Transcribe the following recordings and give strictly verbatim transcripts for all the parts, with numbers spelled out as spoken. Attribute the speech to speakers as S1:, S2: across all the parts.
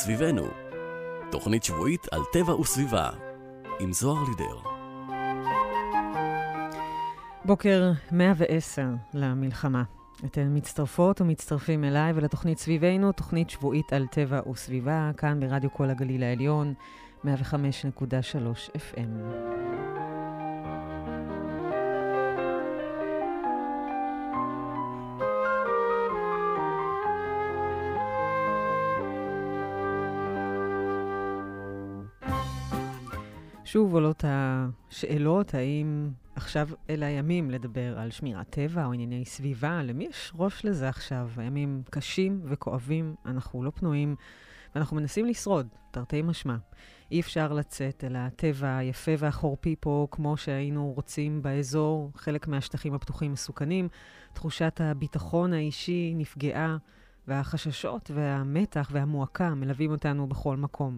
S1: סביבנו. תוכנית שבועית על טבע וסביבה, עם זוהר לידר.
S2: בוקר מאה ועשר למלחמה. אתן מצטרפות ומצטרפים אליי ולתוכנית סביבנו, תוכנית שבועית על טבע וסביבה, כאן ברדיו כל הגליל העליון, מאה וחמש נקודה שלוש אף אם. שוב עולות השאלות, האם עכשיו אלה הימים לדבר על שמירת טבע או ענייני סביבה? למי יש ראש לזה עכשיו? הימים קשים וכואבים, אנחנו לא פנויים, ואנחנו מנסים לשרוד, תרתי משמע. אי אפשר לצאת אל הטבע היפה והחורפי פה, כמו שהיינו רוצים באזור, חלק מהשטחים הפתוחים מסוכנים, תחושת הביטחון האישי נפגעה, והחששות והמתח והמועקה מלווים אותנו בכל מקום.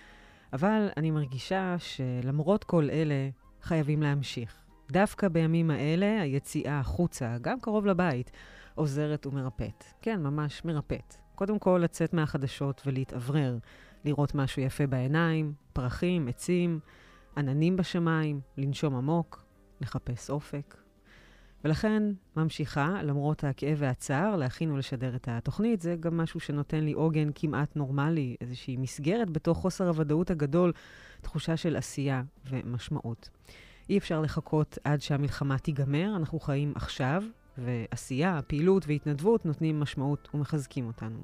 S2: אבל אני מרגישה שלמרות כל אלה חייבים להמשיך. דווקא בימים האלה היציאה החוצה, גם קרוב לבית, עוזרת ומרפאת. כן, ממש מרפאת. קודם כל לצאת מהחדשות ולהתאוורר, לראות משהו יפה בעיניים, פרחים, עצים, עננים בשמיים, לנשום עמוק, לחפש אופק. ולכן ממשיכה, למרות הכאב והצער, להכין ולשדר את התוכנית. זה גם משהו שנותן לי עוגן כמעט נורמלי, איזושהי מסגרת בתוך חוסר הוודאות הגדול, תחושה של עשייה ומשמעות. אי אפשר לחכות עד שהמלחמה תיגמר, אנחנו חיים עכשיו, ועשייה, פעילות והתנדבות נותנים משמעות ומחזקים אותנו.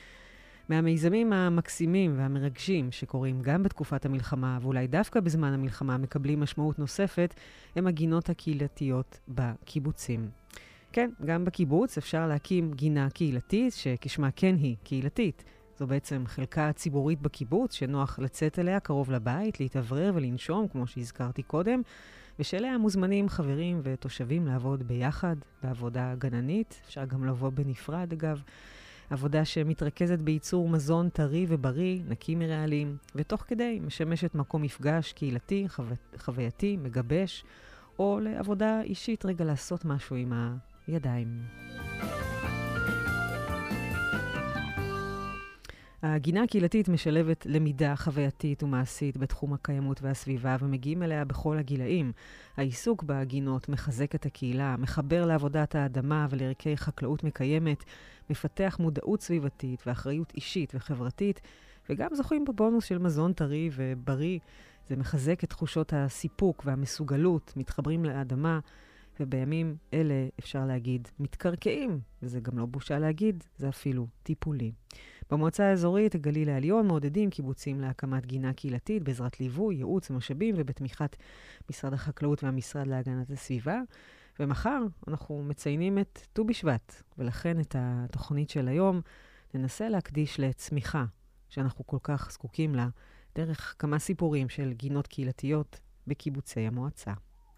S2: מהמיזמים המקסימים והמרגשים שקורים גם בתקופת המלחמה, ואולי דווקא בזמן המלחמה מקבלים משמעות נוספת, הם הגינות הקהילתיות בקיבוצים. כן, גם בקיבוץ אפשר להקים גינה קהילתית, שכשמה כן היא קהילתית. זו בעצם חלקה ציבורית בקיבוץ, שנוח לצאת אליה קרוב לבית, להתאוורר ולנשום, כמו שהזכרתי קודם, ושאליה מוזמנים חברים ותושבים לעבוד ביחד, בעבודה גננית, אפשר גם לבוא בנפרד אגב, עבודה שמתרכזת בייצור מזון טרי ובריא, נקי מרעלים, ותוך כדי משמשת מקום מפגש קהילתי, חו... חווייתי, מגבש, או לעבודה אישית רגע לעשות משהו עם הידיים. הגינה הקהילתית משלבת למידה חווייתית ומעשית בתחום הקיימות והסביבה, ומגיעים אליה בכל הגילאים. העיסוק בגינות מחזק את הקהילה, מחבר לעבודת האדמה ולערכי חקלאות מקיימת, מפתח מודעות סביבתית ואחריות אישית וחברתית, וגם זוכים בבונוס של מזון טרי ובריא. זה מחזק את תחושות הסיפוק והמסוגלות, מתחברים לאדמה, ובימים אלה אפשר להגיד מתקרקעים, וזה גם לא בושה להגיד, זה אפילו טיפולי. במועצה האזורית הגליל העליון מעודדים קיבוצים להקמת גינה קהילתית בעזרת ליווי, ייעוץ ומשאבים ובתמיכת משרד החקלאות והמשרד להגנת הסביבה. ומחר אנחנו מציינים את ט"ו בשבט, ולכן את התוכנית של היום ננסה להקדיש לצמיחה שאנחנו כל כך זקוקים לה, דרך כמה סיפורים של גינות קהילתיות בקיבוצי המועצה.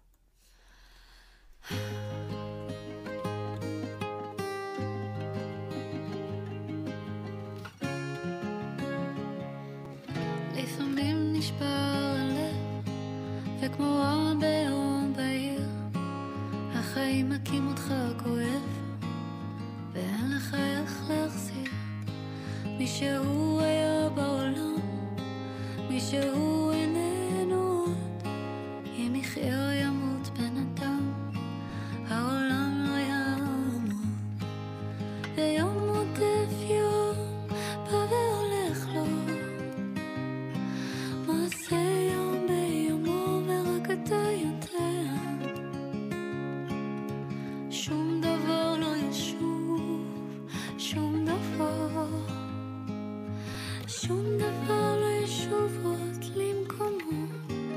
S3: לפעמים נשבר הלב, וכמו רע ביום בהיר, החיים מכים אותך כואב, ואין לך איך להחזיר מי שהוא היה בעולם, מי שהוא איננו עוד, אם יחיה ימות בן אדם, העולם לא יעמוד. ויום מודף יום בא והולך לו, מעשה יום ביומו ורק אתה יודע, שום דבר לא ישוב, שום דבר, שום דבר לא ישוב עוד למקומו,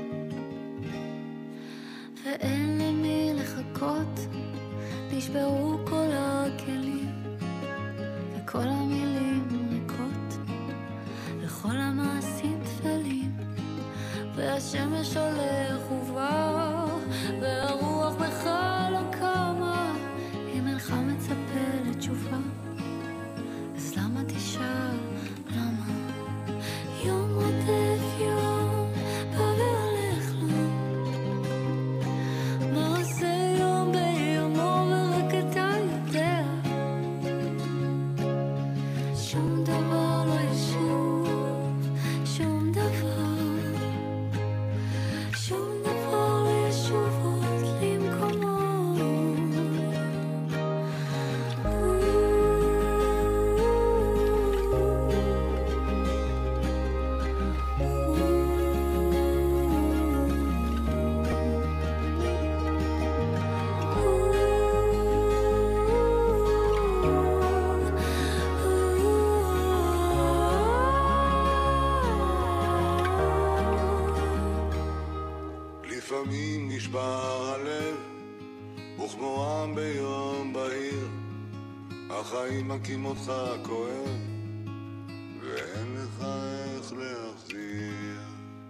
S3: ואין למי לחכות, נשברו כל הכלים וכל המילים ריקות, וכל המעשים תפלים, והשמש הולך ובא, והרוח בך לא קמה, אם אינך מצפה לתשובה, אז למה תשאר? למה? יום רודף יום בא והולך לו, מה עושה יום ביומו ורק אתה יודע, שום דבר לא ישוב,
S4: נשבר הלב, וכמו עם ביום בהיר, החיים מכים אותך כואב, ואין לך איך להחזיר.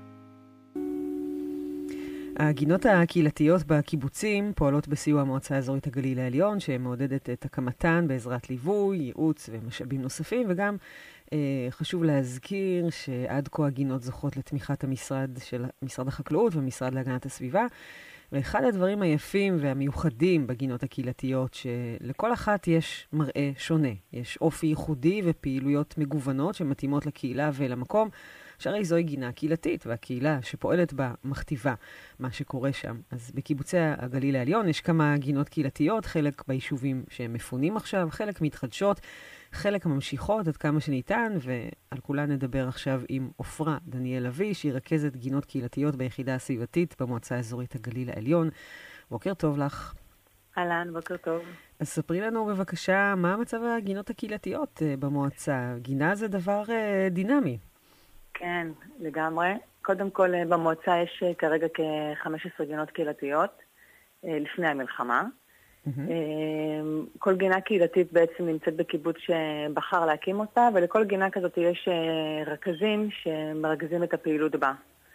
S2: הגינות הקהילתיות בקיבוצים פועלות בסיוע המועצה האזורית הגליל העליון, שמעודדת את הקמתן בעזרת ליווי, ייעוץ ומשאבים נוספים, וגם אה, חשוב להזכיר שעד כה הגינות זוכות לתמיכת המשרד של משרד החקלאות ומשרד להגנת הסביבה, ואחד הדברים היפים והמיוחדים בגינות הקהילתיות, שלכל אחת יש מראה שונה. יש אופי ייחודי ופעילויות מגוונות שמתאימות לקהילה ולמקום, שהרי זוהי גינה קהילתית, והקהילה שפועלת בה מכתיבה מה שקורה שם. אז בקיבוצי הגליל העליון יש כמה גינות קהילתיות, חלק ביישובים שהם מפונים עכשיו, חלק מתחדשות, חלק ממשיכות עד כמה שניתן, ועל כולן נדבר עכשיו עם עופרה דניאל אבי, שהיא רכזת גינות קהילתיות ביחידה הסביבתית במועצה האזורית הגליל העליון. בוקר טוב לך.
S5: אהלן, בוקר טוב.
S2: אז ספרי לנו בבקשה מה מצב הגינות הקהילתיות במועצה. גינה זה דבר דינמי.
S5: כן, לגמרי. קודם כל, במועצה יש כרגע כ-חמש עשרה גינות קהילתיות לפני המלחמה. Mm-hmm. כל גינה קהילתית בעצם נמצאת בקיבוץ שבחר להקים אותה, ולכל גינה כזאת יש רכזים שמרכזים את הפעילות בה.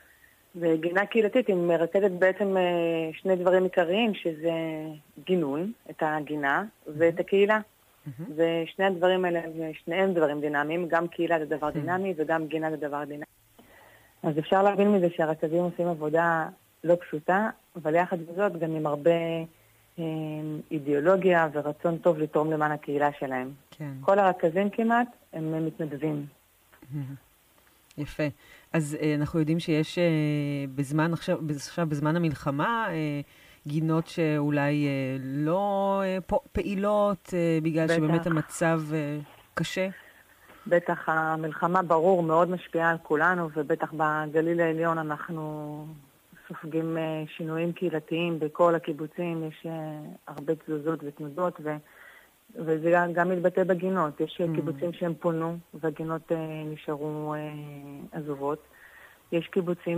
S5: וגינה קהילתית היא מרכזת בעצם שני דברים עיקריים, שזה גינון, את הגינה, mm-hmm. ואת הקהילה. Mm-hmm. ושני הדברים האלה, שניהם דברים דינמיים, גם קהילה זה דבר mm-hmm. דינמי וגם גינה זה דבר דינמי. אז אפשר להבין מזה שהרכזים עושים עבודה לא פשוטה, אבל יחד עם זאת גם עם הרבה אה, אידיאולוגיה ורצון טוב לתרום למען הקהילה שלהם. כן. כל הרכזים כמעט הם מתנדבים.
S2: Mm-hmm. יפה. אז אה, אנחנו יודעים שיש אה, בזמן, עכשיו, עכשיו בזמן המלחמה, אה, גינות שאולי אה, לא אה, פעילות אה, בגלל בטח. שבאמת המצב אה, קשה?
S5: בטח, המלחמה ברור מאוד משפיעה על כולנו, ובטח בגליל העליון אנחנו סופגים אה, שינויים קהילתיים בכל הקיבוצים, יש אה, הרבה תזוזות ותנודות, ו, וזה גם, גם מתבטא בגינות. יש mm. קיבוצים שהם פונו, והגינות אה, נשארו אה, עזובות. יש קיבוצים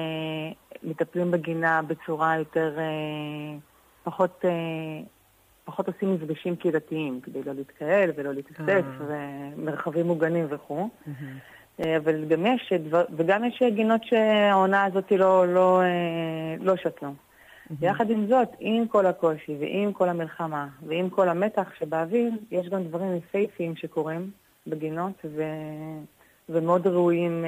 S5: שמטפלים בגינה בצורה יותר, פחות, פחות עושים מפגשים קהילתיים, כדי לא להתקהל ולא להתאסף, ומרחבים מוגנים וכו'. אבל גם יש, וגם יש גינות שהעונה הזאת לא, לא, לא שתנו. יחד עם זאת, עם כל הקושי ועם כל המלחמה ועם כל המתח שבאוויר, יש גם דברים יפהפיים שקורים בגינות, ו, ומאוד ראויים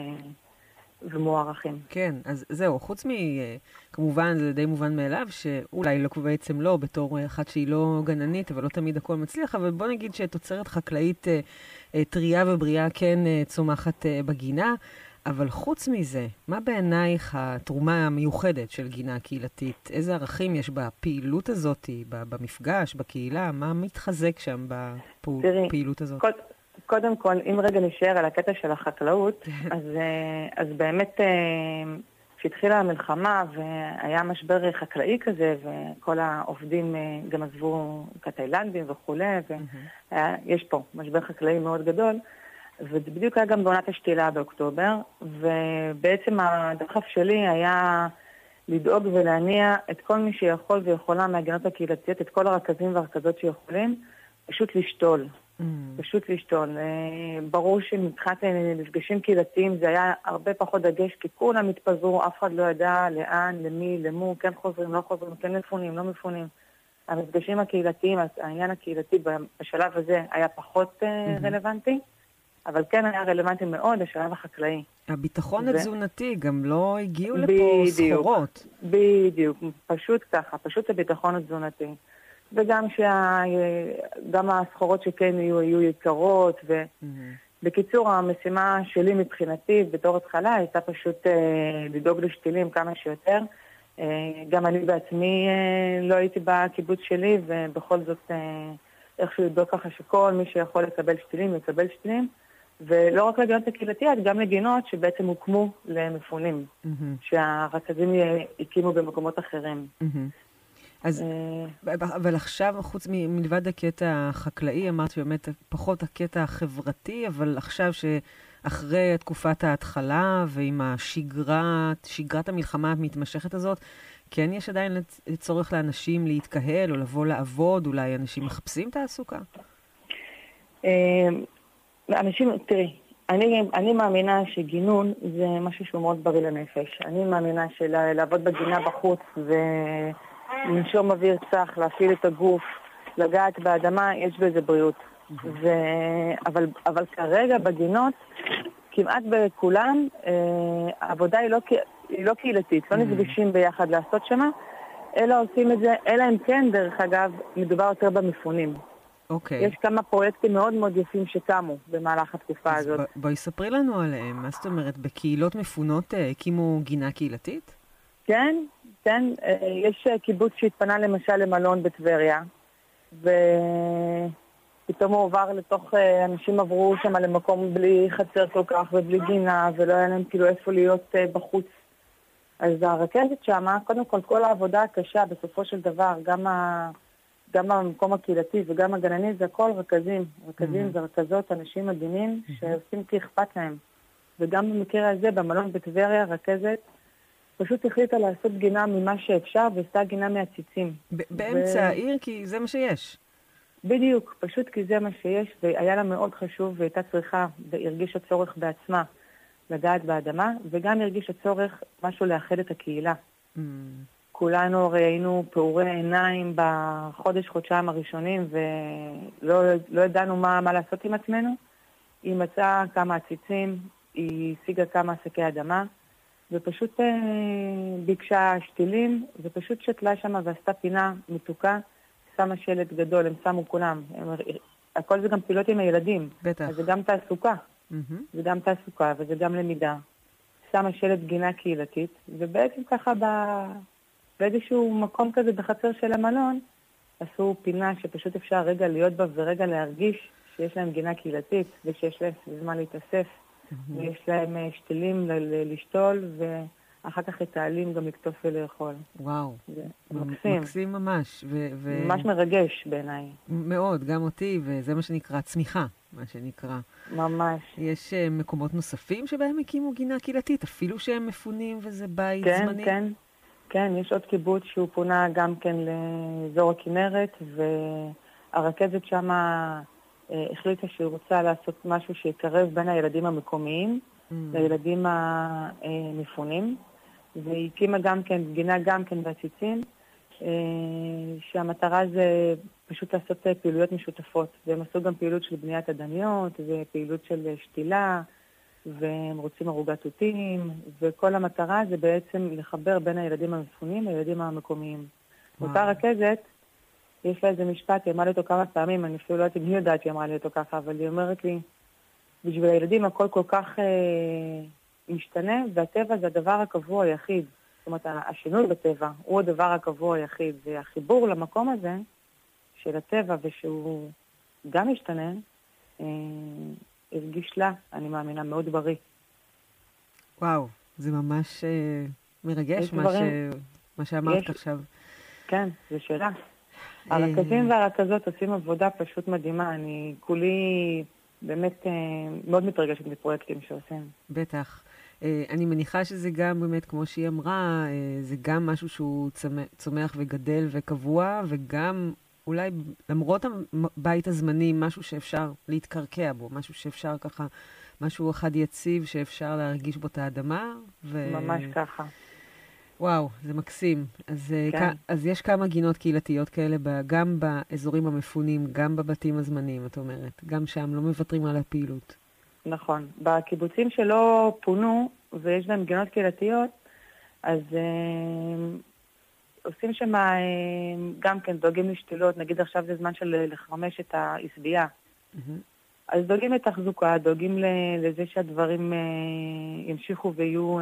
S5: ומוערכים.
S2: כן, אז זהו, חוץ מ... כמובן, זה די מובן מאליו, שאולי לא בעצם לא, בתור אחת שהיא לא גננית, אבל לא תמיד הכל מצליח, אבל בוא נגיד שתוצרת חקלאית טריה ובריאה כן צומחת בגינה, אבל חוץ מזה, מה בעינייך התרומה המיוחדת של גינה קהילתית? איזה ערכים יש בפעילות הזאת, במפגש, בקהילה? מה מתחזק שם בפעילות הזאת?
S5: כל... קודם כל, אם רגע נשאר על הקטע של החקלאות, אז, אז באמת כשהתחילה המלחמה והיה משבר חקלאי כזה, וכל העובדים גם עזבו כתאילנדים וכו', ויש פה משבר חקלאי מאוד גדול, וזה בדיוק היה גם בעונת השתילה באוקטובר, ובעצם הדחף שלי היה לדאוג ולהניע את כל מי שיכול ויכולה מהגינות הקהילתיות, את כל הרכזים והרכזות שיכולים, פשוט לשתול. Mm. פשוט לשתול. ברור שמבחינת מפגשים קהילתיים זה היה הרבה פחות דגש, כי כולם התפזרו, אף אחד לא ידע לאן, למי, למו, כן חוזרים, לא חוזרים, כן מפונים, לא מפונים. המפגשים הקהילתיים, העניין הקהילתי בשלב הזה היה פחות mm-hmm. רלוונטי, אבל כן היה רלוונטי מאוד לשלב החקלאי.
S2: הביטחון התזונתי, גם לא הגיעו לפה סחורות.
S5: בדיוק, פשוט ככה, פשוט הביטחון התזונתי. וגם שה... גם הסחורות שכן יהיו, יהיו יקרות, ובקיצור, mm-hmm. המשימה שלי מבחינתי בתור התחלה הייתה פשוט אה, לדאוג לשתילים כמה שיותר. אה, גם אני בעצמי אה, לא הייתי בקיבוץ שלי, ובכל זאת אה, איכשהו לדאוג ככה שכל מי שיכול לקבל שתילים, יקבל שתילים, ולא רק לגינות הקהילתיות, גם לגינות שבעצם הוקמו למפונים, mm-hmm. שהרכזים הקימו במקומות אחרים.
S2: Mm-hmm. אז, אבל עכשיו, חוץ מלבד הקטע החקלאי, אמרת באמת פחות הקטע החברתי, אבל עכשיו שאחרי תקופת ההתחלה ועם השגרת, שגרת המלחמה המתמשכת הזאת, כן יש עדיין צורך לאנשים להתקהל או לבוא לעבוד, אולי אנשים מחפשים תעסוקה?
S5: אנשים, תראי, אני, אני מאמינה שגינון זה משהו שהוא מאוד בריא לנפש. אני מאמינה שלעבוד בגינה בחוץ ולנשום אוויר צח, להפעיל את הגוף, לגעת באדמה, יש בזה בריאות. ו... אבל, אבל כרגע בגינות, כמעט בכולם, העבודה היא לא, היא לא קהילתית, לא נפגשים ביחד לעשות שמה, אלא עושים את זה, אלא אם כן, דרך אגב, מדובר יותר במפונים.
S2: אוקיי.
S5: יש כמה פרויקטים מאוד מאוד יפים שקמו במהלך התקופה הזאת.
S2: אז בואי ספרי לנו עליהם. מה זאת אומרת, בקהילות מפונות הקימו גינה קהילתית?
S5: כן, כן. יש קיבוץ שהתפנה למשל למלון בטבריה, ופתאום הוא עובר לתוך, אנשים עברו שם למקום בלי חצר כל כך ובלי גינה, ולא היה להם כאילו איפה להיות בחוץ. אז הרכזת שמה, קודם כל, כל העבודה הקשה בסופו של דבר, גם ה... גם במקום הקהילתי וגם הגננית, זה הכל רכזים. רכזים mm-hmm. זה רכזות, אנשים מדהימים mm-hmm. שעושים כי אכפת להם. וגם במקרה הזה, במלון בטבריה, רכזת פשוט החליטה לעשות גינה ממה שאפשר, ועשתה גינה מהציצים.
S2: ב- באמצע ו... העיר, כי זה מה שיש.
S5: בדיוק, פשוט כי זה מה שיש, והיה לה מאוד חשוב, והייתה צריכה, והרגישה צורך בעצמה לגעת באדמה, וגם הרגישה צורך משהו לאחד את הקהילה. Mm-hmm. כולנו ראינו פעורי עיניים בחודש, חודשיים הראשונים, ולא לא ידענו מה, מה לעשות עם עצמנו. היא מצאה כמה עציצים, היא השיגה כמה עסקי אדמה, ופשוט אה, ביקשה שתילים, ופשוט שתלה שם ועשתה פינה מתוקה, שמה שלט גדול, הם שמו כולם. הם, הכל זה גם פעילות עם הילדים.
S2: בטח.
S5: אז זה גם תעסוקה.
S2: Mm-hmm.
S5: זה גם תעסוקה וזה גם למידה. שמה שלט גינה קהילתית, ובעצם ככה ב... באיזשהו מקום כזה בחצר של המלון, עשו פינה שפשוט אפשר רגע להיות בה ורגע להרגיש שיש להם גינה קהילתית, ושיש להם זמן להתאסף, mm-hmm. ויש להם שתילים ל- לשתול, ואחר כך את העלים גם לקטוף ולאכול.
S2: וואו.
S5: זה מקסים.
S2: מקסים ממש. ו- ו-
S5: ממש מרגש בעיניי.
S2: מאוד, גם אותי, וזה מה שנקרא צמיחה, מה שנקרא.
S5: ממש.
S2: יש uh, מקומות נוספים שבהם הקימו גינה קהילתית, אפילו שהם מפונים וזה בית
S5: כן,
S2: זמני?
S5: כן, כן. כן, יש עוד קיבוץ שהוא פונה גם כן לאזור הכנרת, והרכזת שם החליטה שהיא רוצה לעשות משהו שיקרב בין הילדים המקומיים mm. לילדים המפונים, והיא הקימה גם כן, גינה גם כן בעציצים, שהמטרה זה פשוט לעשות פעילויות משותפות, והם עשו גם פעילות של בניית אדניות, ופעילות של שתילה, והם רוצים ערוגת תותים, וכל המטרה זה בעצם לחבר בין הילדים המפונים לילדים המקומיים. אותה רכזת, יש לה איזה משפט, היא אמרה לי אותו כמה פעמים, אני אפילו לא יודעת אם היא יודעת שהיא אמרה לי אותו ככה, אבל היא אומרת לי, בשביל הילדים הכל כל כך אה, משתנה, והטבע זה הדבר הקבוע היחיד. זאת אומרת, השינוי בטבע הוא הדבר הקבוע היחיד, והחיבור למקום הזה של הטבע, ושהוא גם משתנה, אה, הרגיש לה, אני מאמינה, מאוד בריא.
S2: וואו, זה ממש uh, מרגש, מה, ש... מה שאמרת יש... עכשיו.
S5: כן, זה שאלה. הרכזים והרכזות עושים עבודה פשוט מדהימה. אני כולי באמת uh, מאוד מתרגשת מפרויקטים שעושים.
S2: בטח. Uh, אני מניחה שזה גם באמת, כמו שהיא אמרה, uh, זה גם משהו שהוא צומח, צומח וגדל וקבוע, וגם אולי למרות הבית הזמני, משהו שאפשר להתקרקע בו, משהו שאפשר ככה, משהו אחד יציב שאפשר להרגיש בו את האדמה. ו...
S5: ממש ככה.
S2: וואו, זה מקסים. אז,
S5: כן.
S2: כ... אז יש כמה גינות קהילתיות כאלה, גם באזורים המפונים, גם בבתים הזמניים, את אומרת. גם שם לא מוותרים על הפעילות.
S5: נכון. בקיבוצים שלא פונו, ויש להם גינות קהילתיות, אז... עושים שם גם כן, דואגים לשתילות, נגיד עכשיו זה זמן של לחמש את העשבייה. Mm-hmm. אז דואגים לתחזוקה, דואגים לזה שהדברים ימשיכו ויהיו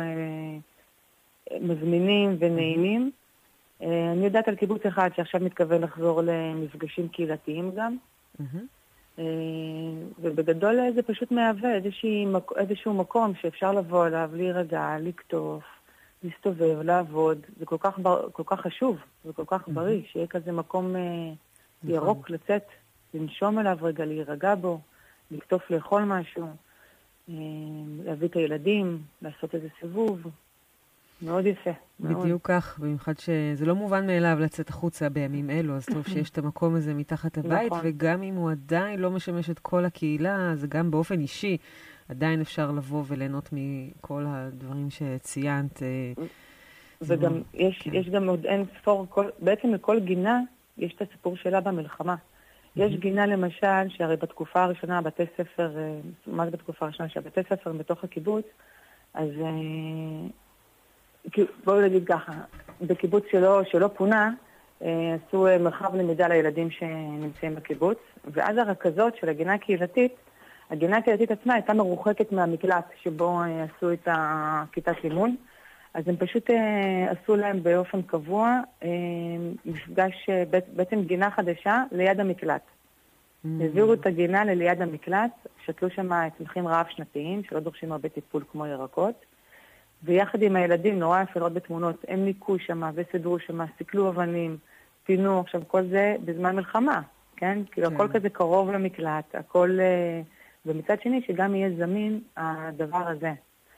S5: מזמינים ונעימים. Mm-hmm. אני יודעת על קיבוץ אחד שעכשיו מתכוון לחזור למפגשים קהילתיים גם. Mm-hmm. ובגדול זה פשוט מהווה איזשהו, איזשהו מקום שאפשר לבוא אליו, להירגע, לקטוף. להסתובב, לעבוד, זה כל כך, כל כך חשוב, זה כל כך בריא, שיהיה כזה מקום אה, ירוק לצאת, לנשום אליו רגע, להירגע בו, לקטוף לאכול משהו, אה, להביא את הילדים, לעשות איזה סיבוב. מאוד יפה. מאוד.
S2: בדיוק כך, במיוחד שזה לא מובן מאליו לצאת החוצה בימים אלו, אז טוב שיש את המקום הזה מתחת הבית,
S5: נכון.
S2: וגם אם הוא עדיין לא משמש את כל הקהילה, אז גם באופן אישי, עדיין אפשר לבוא וליהנות מכל הדברים שציינת.
S5: וגם
S2: זה-
S5: יש,
S2: כן.
S5: יש גם עוד אין ספור, כל, בעצם לכל גינה יש את הסיפור שלה במלחמה. יש גינה למשל, שהרי בתקופה הראשונה, בתי ספר, אה, מה זה בתקופה הראשונה? שהבתי ספר בתוך הקיבוץ, אז אה, כי- בואו נגיד ככה, בקיבוץ שלא, שלא פונה, אה, עשו אה, מרחב למידה לילדים שנמצאים בקיבוץ, ואז הרכזות של הגינה הקהילתית, הגינה הקהילתית עצמה הייתה מרוחקת מהמקלט שבו אה, עשו את הכיתת לימוד, אז הם פשוט אה, עשו להם באופן קבוע אה, מפגש, אה, בית, בעצם גינה חדשה ליד המקלט.
S2: Mm.
S5: העבירו את הגינה לליד המקלט, שתלו שם צמחים רעב שנתיים, שלא דורשים הרבה טיפול כמו ירקות, ויחד עם הילדים, נורא יפה לראות בתמונות, הם ניקו שם וסידרו שם, סיכלו אבנים, פינו, עכשיו כל זה בזמן מלחמה, כן? כאילו
S2: כן.
S5: הכל כזה קרוב למקלט, הכל, אה, ומצד שני שגם יהיה זמין הדבר הזה.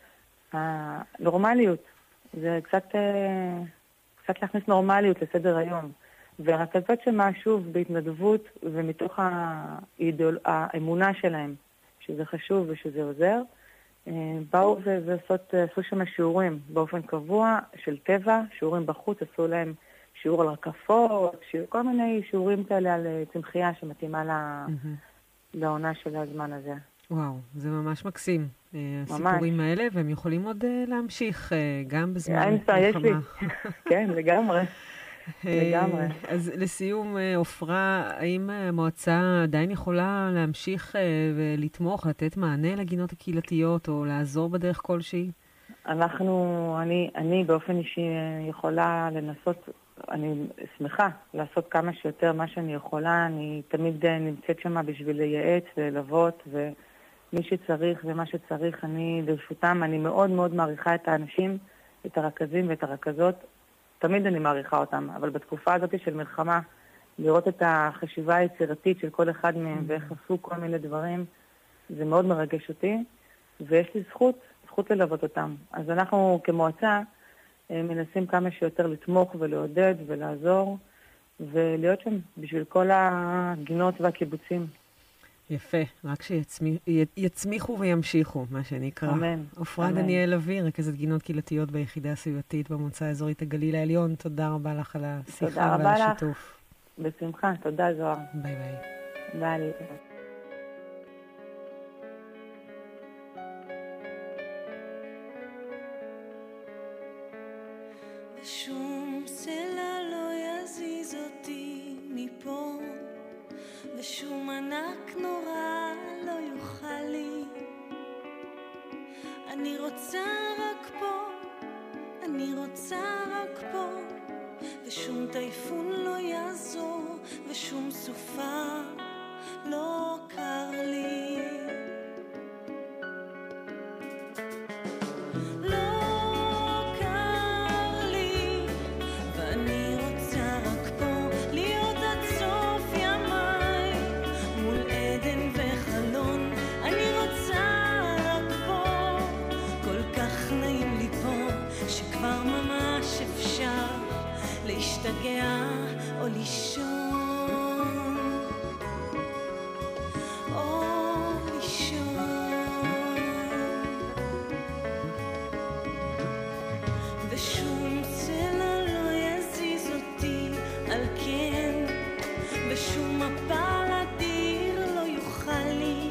S5: הנורמליות, זה קצת, אה, קצת להכניס נורמליות לסדר היום. והרכזות שמה שוב בהתנדבות ומתוך האידאול, האמונה שלהם, שזה חשוב ושזה עוזר, אה, באו ו- ועשות, עשו שם שיעורים באופן קבוע של טבע, שיעורים בחוץ, עשו להם שיעור על רקפות, שיעור, כל מיני שיעורים כאלה על אה, צמחייה שמתאימה ל-
S2: מהמם.
S5: לעונה של הזמן הזה.
S2: וואו, זה ממש מקסים, אה,
S5: ממש.
S2: הסיפורים האלה, והם יכולים עוד אה, להמשיך אה, גם בזמן
S5: האמצע, יש לי.
S2: מלחמה.
S5: כן, לגמרי.
S2: אה,
S5: לגמרי.
S2: אז לסיום, אה, עופרה, האם המועצה עדיין יכולה להמשיך אה, ולתמוך, לתת מענה לגינות הקהילתיות, או לעזור בדרך כלשהי?
S5: אנחנו, אני, אני באופן אישי יכולה לנסות, אני שמחה לעשות כמה שיותר מה שאני יכולה, אני תמיד נמצאת שם בשביל לייעץ וללוות, ומי שצריך ומה שצריך, אני לרשותם, אני מאוד מאוד מעריכה את האנשים, את הרכזים ואת הרכזות, תמיד אני מעריכה אותם, אבל בתקופה הזאת של מלחמה, לראות את החשיבה היצירתית של כל אחד מהם ואיך עשו כל מיני דברים, זה מאוד מרגש אותי, ויש לי זכות, זכות ללוות אותם. אז אנחנו כמועצה מנסים כמה שיותר לתמוך ולעודד ולעזור, ולהיות שם בשביל כל הגינות והקיבוצים.
S2: יפה, רק שיצמיחו וימשיכו, מה שנקרא.
S5: אמן.
S2: עופרה
S5: אמן.
S2: דניאל לביא, רכזת גינות קהילתיות ביחידה הסביבתית במועצה האזורית הגליל העליון, תודה רבה לך על השיחה
S5: תודה
S2: ועל
S5: רבה לך.
S2: השיתוף.
S5: בשמחה, תודה זוהר.
S2: ביי ביי.
S5: ביי.
S3: ושום סלע לא יזיז אותי מפה, ושום ענק נורא לא יוכל לי. אני רוצה רק פה, אני רוצה רק פה, ושום טייפון לא יעזור, ושום סופה לא קר לי. להשתגע או לישון, או לישון, ושום צלע לא יזיז אותי על כן, ושום מפל אדיר לא יוכל לי.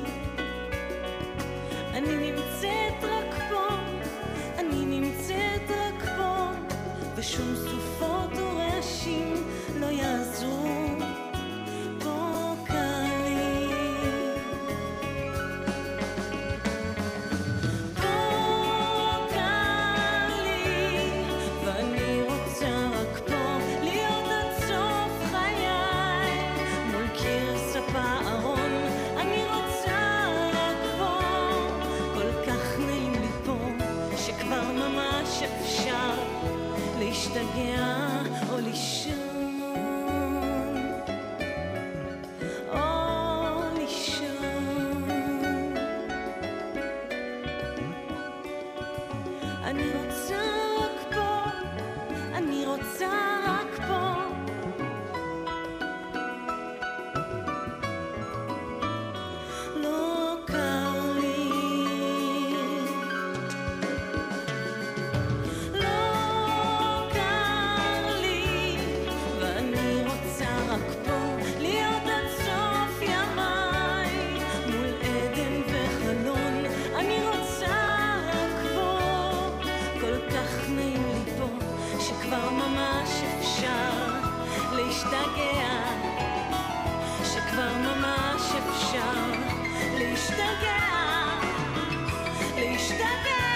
S3: אני נמצאת רק פה, אני נמצאת רק פה, ושום סופות ורעשים לא יעזרו, פה קל לי, פה קל לי, ואני רוצה רק פה להיות עד סוף חיי, מול קיר להשתגע, שכבר ממש אפשר להשתגע, להשתגע,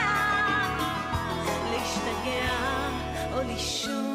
S3: להשתגע או לישון.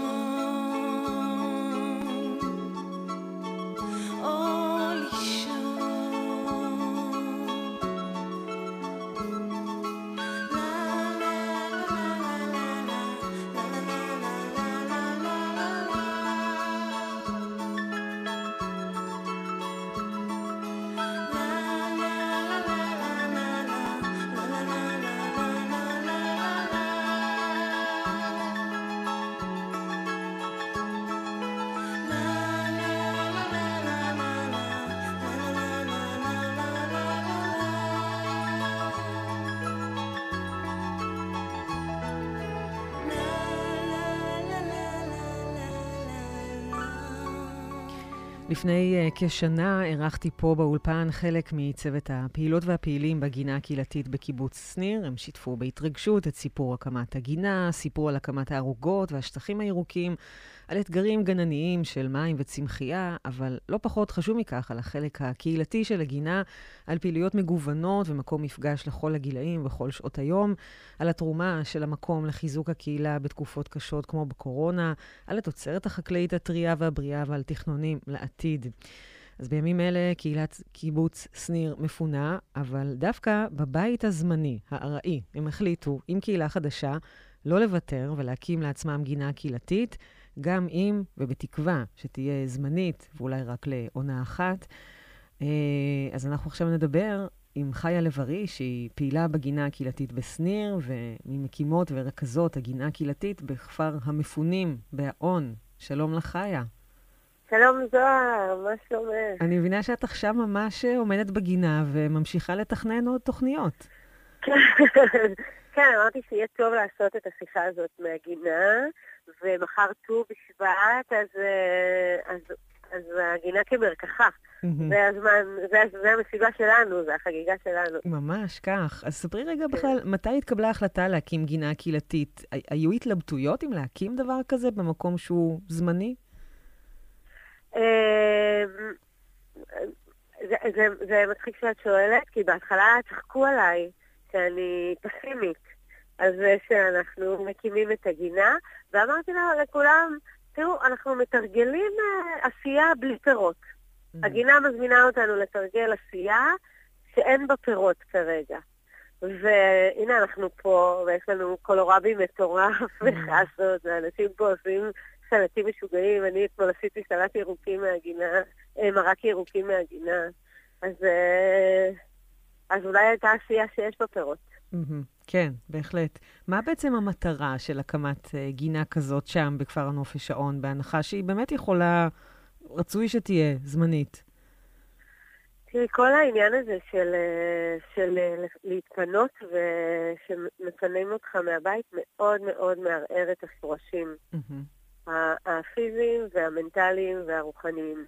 S2: לפני uh, כשנה ערכתי פה באולפן חלק מצוות הפעילות והפעילים בגינה הקהילתית בקיבוץ שניר. הם שיתפו בהתרגשות את סיפור הקמת הגינה, סיפור על הקמת הערוגות והשטחים הירוקים, על אתגרים גנניים של מים וצמחייה, אבל לא פחות חשוב מכך על החלק הקהילתי של הגינה, על פעילויות מגוונות ומקום מפגש לכל הגילאים וכל שעות היום, על התרומה של המקום לחיזוק הקהילה בתקופות קשות כמו בקורונה, על התוצרת החקלאית הטריה והבריאה ועל תכנונים לעתיד. אז בימים אלה קהילת קיבוץ שניר מפונה, אבל דווקא בבית הזמני, הארעי, הם החליטו עם קהילה חדשה לא לוותר ולהקים לעצמם גינה קהילתית, גם אם, ובתקווה, שתהיה זמנית, ואולי רק לעונה אחת. אז אנחנו עכשיו נדבר עם חיה לב-ארי, שהיא פעילה בגינה הקהילתית בסניר, וממקימות ורכזות הגינה הקהילתית בכפר המפונים בהאון. שלום לחיה.
S6: שלום זוהר, מה שלומך?
S2: אני מבינה שאת עכשיו ממש עומדת בגינה וממשיכה לתכנן עוד תוכניות.
S6: כן, אמרתי שיהיה טוב לעשות את השיחה הזאת מהגינה, ומחר ט"ו בשבט, אז, אז, אז הגינה כמרקחה. זה הזמן, זה, זה המסיבה שלנו, זה החגיגה שלנו.
S2: ממש כך. אז ספרי רגע בכלל, מתי התקבלה ההחלטה להקים גינה קהילתית? היו התלבטויות אם להקים דבר כזה במקום שהוא זמני?
S6: זה, זה, זה מצחיק שאת שואלת, כי בהתחלה צחקו עליי שאני פסימית על זה שאנחנו מקימים את הגינה, ואמרתי לה לכולם, תראו, אנחנו מתרגלים עשייה בלי פירות. Mm-hmm. הגינה מזמינה אותנו לתרגל עשייה שאין בה פירות כרגע. והנה אנחנו פה, ויש לנו קולורבי מטורף וחסות, ואנשים פה עושים סלטים משוגעים. אני אתמול עשיתי סלט ירוקים מהגינה, מרק ירוקים מהגינה. אז, אז אולי הייתה עשייה שיש בה פירות.
S2: Mm-hmm. כן, בהחלט. מה בעצם המטרה של הקמת uh, גינה כזאת שם בכפר הנופש האון, בהנחה שהיא באמת יכולה, רצוי שתהיה זמנית?
S6: תראי, כל העניין הזה של, של להתפנות ושמפנים אותך מהבית מאוד מאוד מערער את השורשים. Mm-hmm. הפיזיים והמנטליים והרוחניים.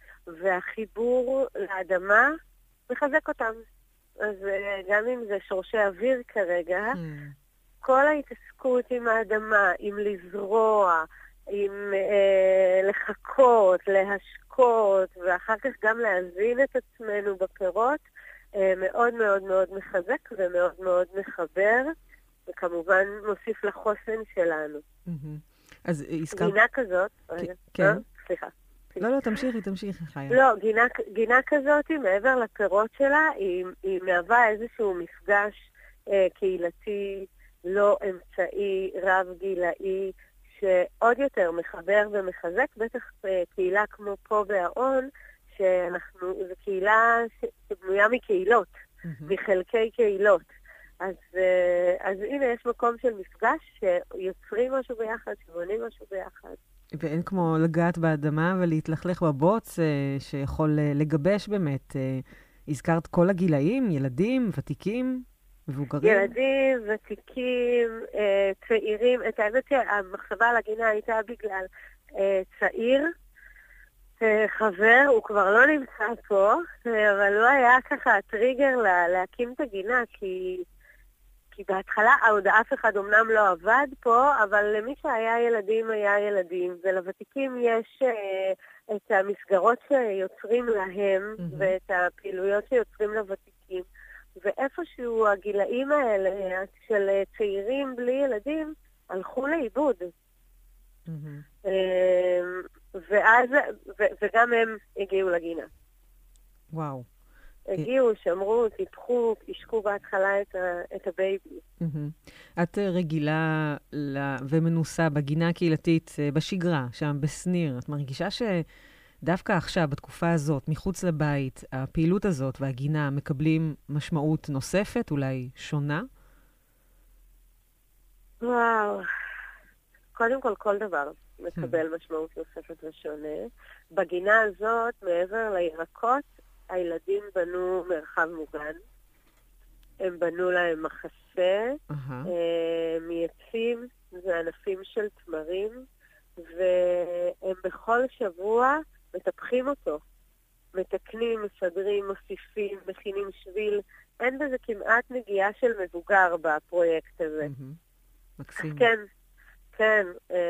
S6: והחיבור לאדמה מחזק אותם. אז גם אם זה שורשי אוויר כרגע, mm. כל ההתעסקות עם האדמה, עם לזרוע, עם אה, לחכות, להשקות, ואחר כך גם להזין את עצמנו בפירות, אה, מאוד מאוד מאוד מחזק ומאוד מאוד מחבר, וכמובן מוסיף לחוסן שלנו.
S2: Mm-hmm. אז הזכר...
S6: גינה כזאת,
S2: כן.
S6: רגע,
S2: כן.
S6: אה? סליחה.
S2: לא, לא, תמשיכי, תמשיכי, חיה.
S6: לא, גינה, גינה כזאת, מעבר לפירות שלה, היא, היא מהווה איזשהו מפגש אה, קהילתי, לא אמצעי, רב גילאי, שעוד יותר מחבר ומחזק, בטח אה, קהילה כמו פה בהאון, שאנחנו, זו קהילה שבנויה מקהילות, mm-hmm. מחלקי קהילות. אז, אה, אז הנה, יש מקום של מפגש שיוצרים משהו ביחד, שבונים משהו ביחד.
S2: ואין כמו לגעת באדמה ולהתלכלך בבוץ, שיכול לגבש באמת. הזכרת כל הגילאים, ילדים, ותיקים, מבוגרים?
S6: ילדים, ותיקים, צעירים. את האמת שהמחשבה על הגינה הייתה בגלל צעיר, חבר, הוא כבר לא נמצא פה, אבל הוא היה ככה הטריגר להקים את הגינה, כי כי בהתחלה עוד אף אחד אמנם לא עבד פה, אבל למי שהיה ילדים היה ילדים, ולוותיקים יש אה, את המסגרות שיוצרים להם, mm-hmm. ואת הפעילויות שיוצרים לוותיקים, ואיפשהו הגילאים האלה של צעירים בלי ילדים הלכו לאיבוד. Mm-hmm. אה, ואז, ו, וגם הם הגיעו לגינה.
S2: וואו.
S6: הגיעו, שמרו, טיפחו, השקו בהתחלה את, ה, את הבייבי.
S2: את רגילה ומנוסה בגינה הקהילתית בשגרה, שם בסניר. את מרגישה שדווקא עכשיו, בתקופה הזאת, מחוץ לבית, הפעילות הזאת והגינה מקבלים משמעות נוספת, אולי שונה?
S6: וואו. קודם כל, כל דבר מקבל משמעות נוספת ושונה. בגינה הזאת, מעבר לירקות, הילדים בנו מרחב מוגן, הם בנו להם מחסה, uh-huh. מעצים, זה ענפים של תמרים, והם בכל שבוע מטפחים אותו. מתקנים, מסדרים, מוסיפים, מכינים שביל. אין בזה כמעט נגיעה של מבוגר בפרויקט הזה.
S2: Uh-huh. מקסים.
S6: כן, כן.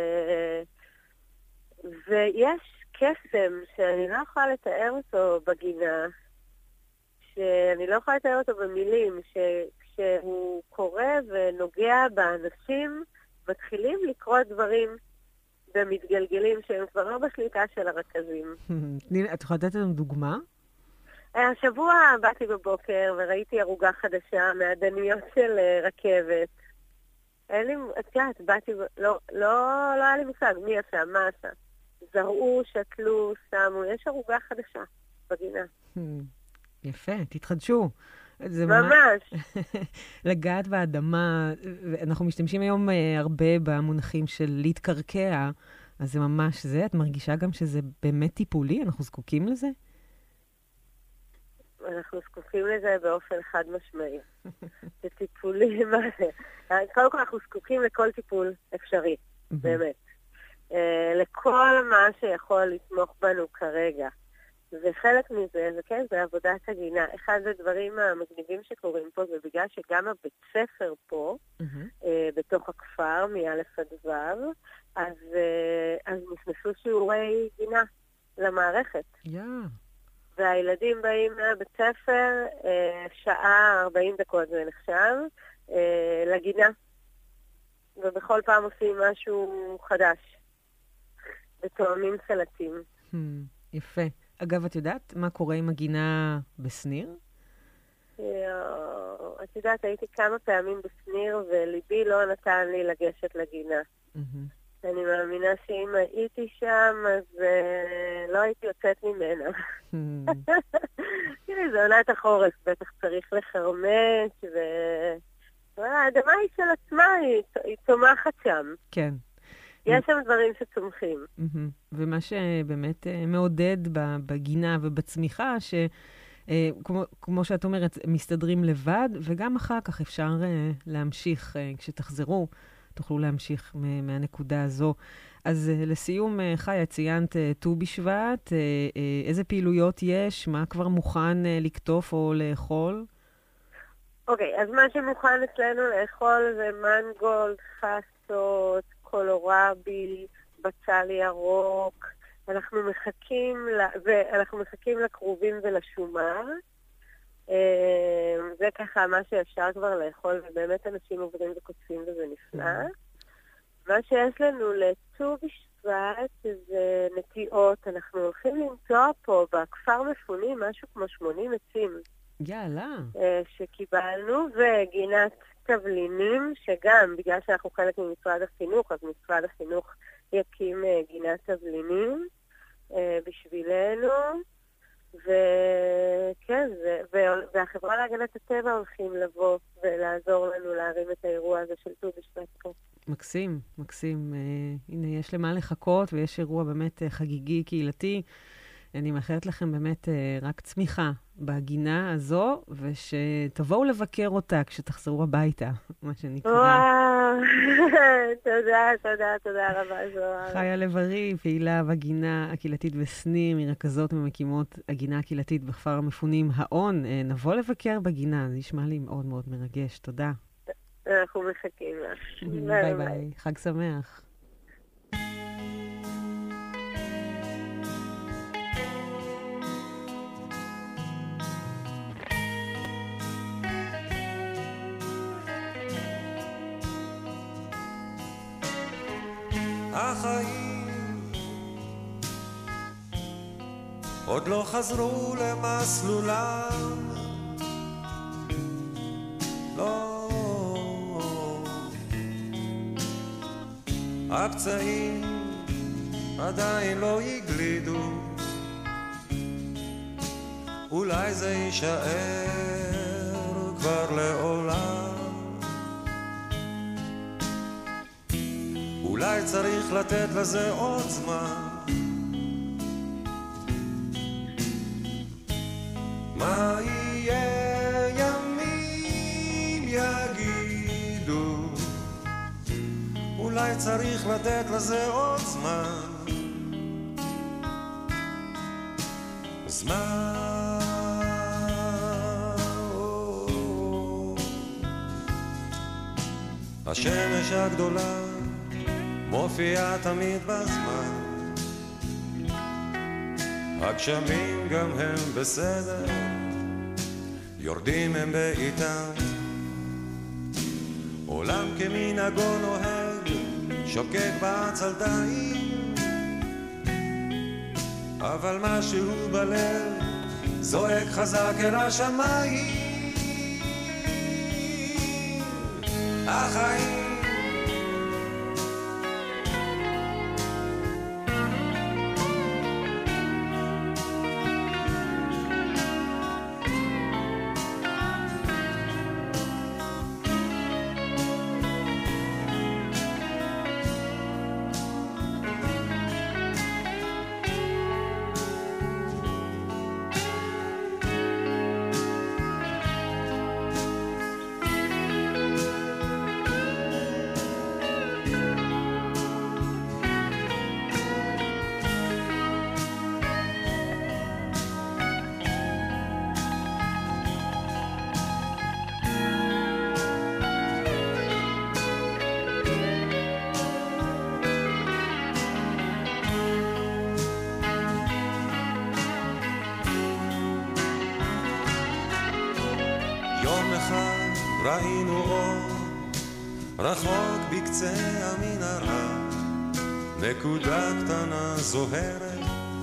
S6: ויש קסם שאני לא יכולה לתאר אותו בגינה, שאני לא יכולה לתאר אותו במילים, שכשהוא קורא ונוגע באנשים, מתחילים לקרוא דברים ומתגלגלים שהם כבר לא בשליטה של הרכזים.
S2: את יכולה לתת לנו דוגמה?
S6: השבוע באתי בבוקר וראיתי ערוגה חדשה מהדניות של רכבת. אין לי, את יודעת, באתי, לא, לא, לא היה לי מושג מי עשה, מה עשה. זרעו, שתלו, שמו, יש ערוגה חדשה בגינה.
S2: יפה, תתחדשו.
S6: ממש.
S2: לגעת באדמה, אנחנו משתמשים היום הרבה במונחים של להתקרקע, אז זה ממש זה. את מרגישה גם שזה באמת טיפולי? אנחנו זקוקים לזה?
S6: אנחנו זקוקים לזה באופן חד משמעי. זה טיפולי, מה זה? קודם כל אנחנו זקוקים לכל טיפול אפשרי, באמת. לכל מה שיכול לתמוך בנו כרגע. וחלק מזה, זה כן, זה עבודת הגינה. אחד הדברים המגניבים שקורים פה, זה בגלל שגם הבית ספר פה, mm-hmm. אה, בתוך הכפר, מאלף עד וו, אז, אה, אז נכנסו שיעורי גינה למערכת.
S2: Yeah.
S6: והילדים באים מהבית ספר, אה, שעה ארבעים דקות זה נחשב, אה, לגינה. ובכל פעם עושים משהו חדש. ותואמים סלטים.
S2: Hmm, יפה. אגב, את יודעת מה קורה עם הגינה בסניר?
S6: את יודעת, הייתי כמה פעמים בסניר, וליבי לא נתן לי לגשת לגינה. Mm-hmm. אני מאמינה שאם הייתי שם, אז uh, לא הייתי יוצאת ממנה. Mm-hmm. תראי, זה עונת החורף, בטח צריך לחרמש, ו... והאדמה היא של עצמה, היא, היא צומחת שם.
S2: כן.
S6: יש שם דברים שצומחים.
S2: ומה שבאמת מעודד בגינה ובצמיחה, שכמו שאת אומרת, מסתדרים לבד, וגם אחר כך אפשר להמשיך, כשתחזרו, תוכלו להמשיך מהנקודה הזו. אז לסיום, חיה, ציינת ט"ו בשבט, איזה פעילויות יש? מה כבר מוכן לקטוף או לאכול?
S6: אוקיי, אז מה שמוכן אצלנו לאכול זה מנגולד, חסות, קולורבי, בצל ירוק. אנחנו מחכים, ואנחנו מחכים לקרובים ולשומר. זה ככה מה שאפשר כבר לאכול, ובאמת אנשים עוברים וקוצים וזה נפלא. מה שיש לנו לט"ו בשבט זה נטיעות. אנחנו הולכים למצוא פה בכפר מפונים משהו כמו שמונים עצים.
S2: יאללה.
S6: שקיבלנו, וגינת תבלינים, שגם בגלל שאנחנו חלק ממשרד החינוך, אז משרד החינוך יקים גינת תבלינים בשבילנו, וכן, והחברה להגנת הטבע הולכים לבוא ולעזור לנו להרים את האירוע הזה של ט"ו בשבט פה.
S2: מקסים, מקסים. הנה, יש למה לחכות, ויש אירוע באמת חגיגי, קהילתי. אני מאחלת לכם באמת רק צמיחה בגינה הזו, ושתבואו לבקר אותה כשתחזרו הביתה, מה שנקרא.
S6: וואו, תודה, תודה, תודה רבה, זוהר.
S2: חיה לב-ארי, פעילה בגינה הקהילתית בסניר, מרכזות ומקימות הגינה הקהילתית בכפר המפונים האון. נבוא לבקר בגינה, זה נשמע לי מאוד מאוד מרגש. תודה.
S6: אנחנו מחכים לה.
S2: ביי ביי, חג שמח.
S7: החיים עוד לא חזרו למסלולם, לא, הפצעים עדיין לא הגלידו, אולי זה יישאר כבר לעולם, אולי צריך לתת לזה עוד זמן. מה יהיה ימים יגידו, אולי צריך לתת לזה עוד זמן. זמן השמש הגדולה מופיעה תמיד בזמן, הגשמים גם הם בסדר, יורדים הם בעיתם, עולם כמנהגו נוהג, שוקק בעצלתיים, אבל משהו בלב זועק חזק אל השמיים. החיים ראינו אור רחוק בקצה המנהרה, נקודה קטנה זוהרת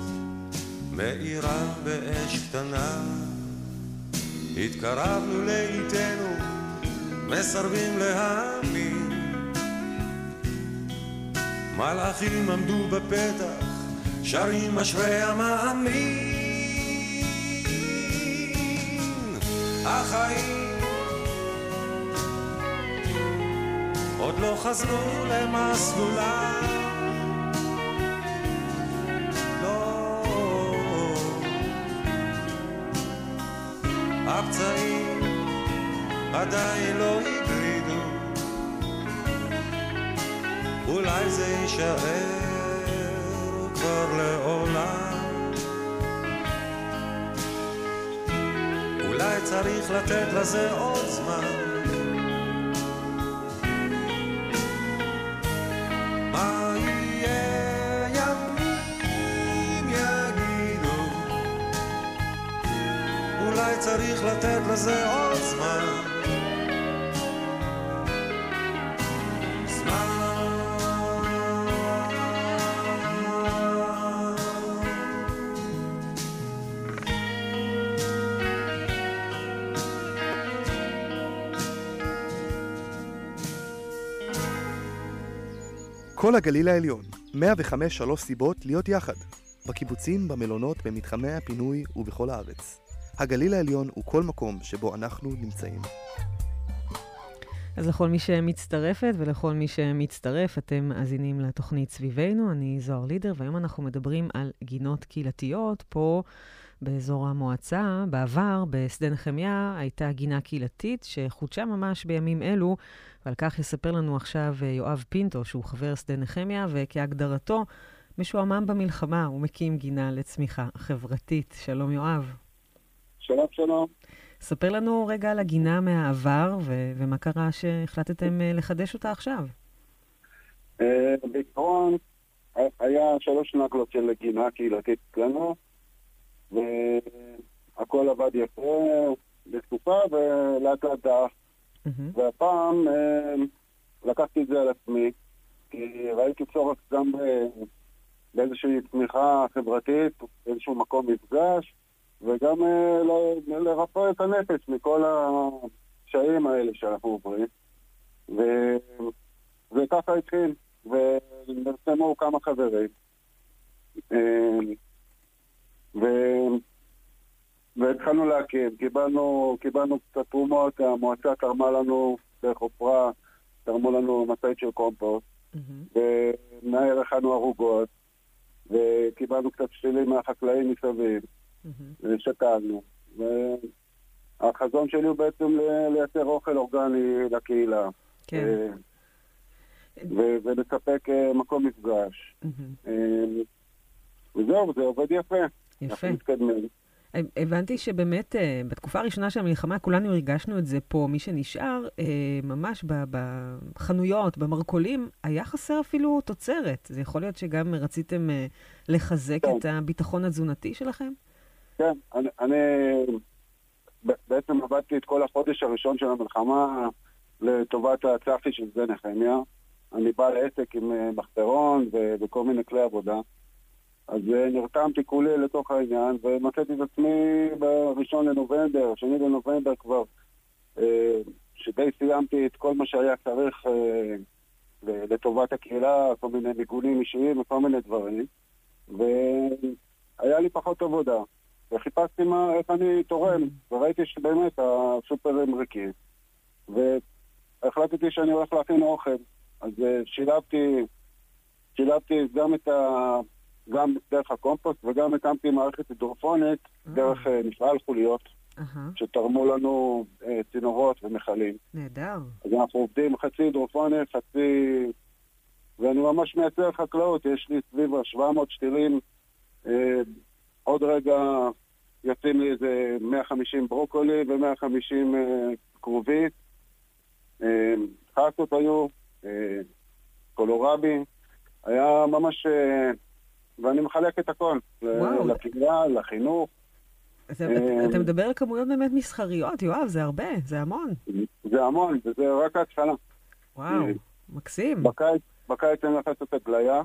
S7: מאירה באש קטנה, התקרבנו לאיתנו מסרבים להאמין, מלאכים עמדו בפתח שרים אשרי המאמין. החיים עוד לא חזרו למסלולם, לא, הפצעים עדיין לא הגלידו, אולי זה יישאר כבר לעולם, אולי צריך לתת לזה עוד זמן. צריך לתת לזה עוד זמן.
S8: כל הגליל העליון, מאה וחמש שלוש סיבות להיות יחד. בקיבוצים, במלונות, במתחמי הפינוי ובכל הארץ. הגליל העליון הוא כל מקום שבו אנחנו נמצאים.
S2: אז לכל מי שמצטרפת ולכל מי שמצטרף, אתם מאזינים לתוכנית סביבנו. אני זוהר לידר, והיום אנחנו מדברים על גינות קהילתיות. פה באזור המועצה, בעבר, בשדה נחמיה, הייתה גינה קהילתית שחודשה ממש בימים אלו, ועל כך יספר לנו עכשיו יואב פינטו, שהוא חבר שדה נחמיה, וכהגדרתו משועמם במלחמה, הוא מקים גינה לצמיחה חברתית. שלום יואב.
S9: שלום, שלום.
S2: ספר לנו רגע על הגינה מהעבר, ו- ומה קרה שהחלטתם uh, לחדש אותה עכשיו.
S9: Uh, בעיקרון, היה שלוש נגלות של גינה קהילתית אצלנו, והכל עבד יפה בתקופה, ולאט לאט דח. Mm-hmm. והפעם uh, לקחתי את זה על עצמי, כי ראיתי צורך גם uh, באיזושהי תמיכה חברתית, באיזשהו מקום מפגש, וגם uh, ל- לרפא את הנפש מכל הקשיים האלה שאנחנו עוברים. ו- וככה התחיל, ונרשמו כמה חברים. ו- והתחלנו להקים, קיבלנו, קיבלנו קצת תרומות, המועצה תרמה לנו דרך עופרה, תרמו לנו מצאית של קומפוסט, mm-hmm. ומהר הכנו ערוגות, וקיבלנו קצת שתילים מהחקלאים מסביב, mm-hmm. ושתלנו. והחזון שלי הוא בעצם לייצר אוכל אורגני לקהילה. כן. ו- ו- ולספק מקום מפגש. Mm-hmm. וזהו, זה עובד יפה.
S2: יפה. הבנתי שבאמת בתקופה הראשונה של המלחמה כולנו הרגשנו את זה פה, מי שנשאר ממש בחנויות, במרקולים, היה חסר אפילו תוצרת. זה יכול להיות שגם רציתם לחזק כן. את הביטחון התזונתי שלכם?
S9: כן, אני, אני בעצם עבדתי את כל החודש הראשון של המלחמה לטובת הצפי של זה נחמיה. אני בא לעסק עם מחתרון וכל מיני כלי עבודה. אז נרתמתי כולי לתוך העניין, ומצאתי את עצמי בראשון לנובמבר, שני לנובמבר כבר, שדי סיימתי את כל מה שהיה צריך לטובת הקהילה, כל מיני ניגונים אישיים וכל מיני דברים, והיה לי פחות עבודה. וחיפשתי מה, איך אני תורם, וראיתי שבאמת הסופרים ריקים. והחלטתי שאני הולך להכין אוכל, אז שילבתי, שילבתי גם את ה... גם דרך הקומפוסט, וגם הקמתי מערכת הידרופונית mm-hmm. דרך uh, מפעל חוליות, mm-hmm. שתרמו לנו uh, צינורות ומחלים.
S2: נהדר.
S9: אז אנחנו עובדים חצי הידרופונית, חצי... ואני ממש מייצר חקלאות, יש לי סביב שבע מאות שתילים, uh, עוד רגע יוצאים לי איזה מאה וחמישים ברוקולי ו-מאה וחמישים uh, כרובית. Uh, חסות היו, uh, קולורבי, היה ממש... Uh, ואני מחלק את הכל, לקהילה, לחינוך.
S2: אתה מדבר על כמויות באמת מסחריות, יואב, זה הרבה, זה המון.
S9: זה המון, וזה רק ההתחלה.
S2: וואו, מקסים.
S9: בקיץ אני הולך לעשות הגליה,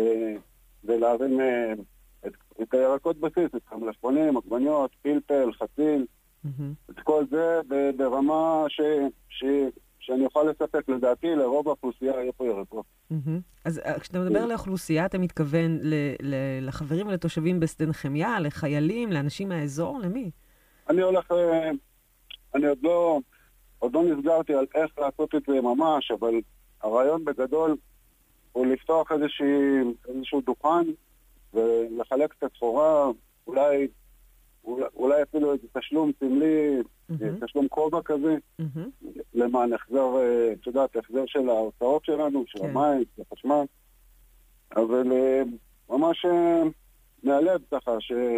S9: ולהבין את הירקות בסיס, את המלפפונים, עגבניות, פלפל, חציל, את כל זה ברמה שאני יכול לספק, לדעתי, לרוב האוכלוסייה יהיה פה ירקות.
S2: אז כשאתה מדבר על האוכלוסייה, אתה מתכוון לחברים ולתושבים בשדה נחמיה, לחיילים, לאנשים מהאזור, למי?
S9: אני הולך, אני עוד לא, עוד לא נסגרתי על איך לעשות את זה ממש, אבל הרעיון בגדול הוא לפתוח איזשהו דוכן ולחלק את הסחורה, אולי, אולי אפילו איזה תשלום סמלי, תשלום כובע כזה, למען החזר, את יודעת, החזר של ההוצאות שלנו, של המים, של החשמל, אבל ממש נעלב ככה,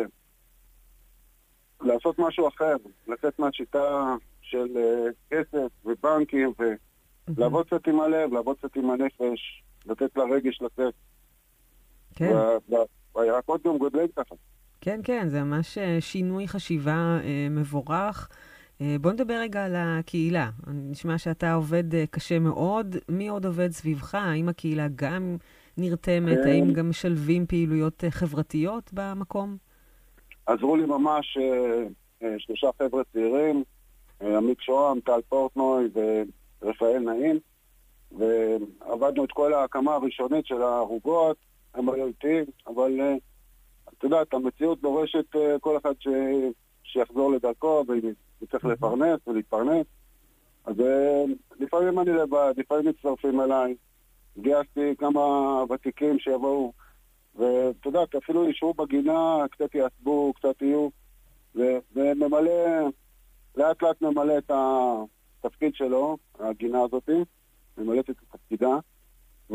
S9: לעשות משהו אחר, לצאת מהשיטה של כסף ובנקים, ולעבוד קצת עם הלב, לעבוד קצת עם הנפש, לתת לרגש לצאת.
S2: כן.
S9: והירקות גם גודלים ככה.
S2: כן, כן, זה ממש שינוי חשיבה מבורך. בוא נדבר רגע על הקהילה. נשמע שאתה עובד קשה מאוד. מי עוד עובד סביבך? האם הקהילה גם נרתמת? האם גם משלבים פעילויות חברתיות במקום?
S9: עזרו לי ממש שלושה חבר'ה צעירים, עמית שוהם, טל פורטנוי ורפאל נעים, ועבדנו את כל ההקמה הראשונית של הערוגות, הם היו איתי, אבל אתה יודע, המציאות דורשת כל אחד ש... שיחזור לדרכו וצריך לפרנס ולהתפרנס. אז לפעמים אני לבד, לפעמים מצטרפים אליי, גייסתי כמה ותיקים שיבואו, ואתה יודע, אפילו ישבו בגינה, קצת יעצבו, קצת יהיו, וממלא, לאט לאט ממלא את התפקיד שלו, הגינה הזאת, ממלאת את התפקידה, ו...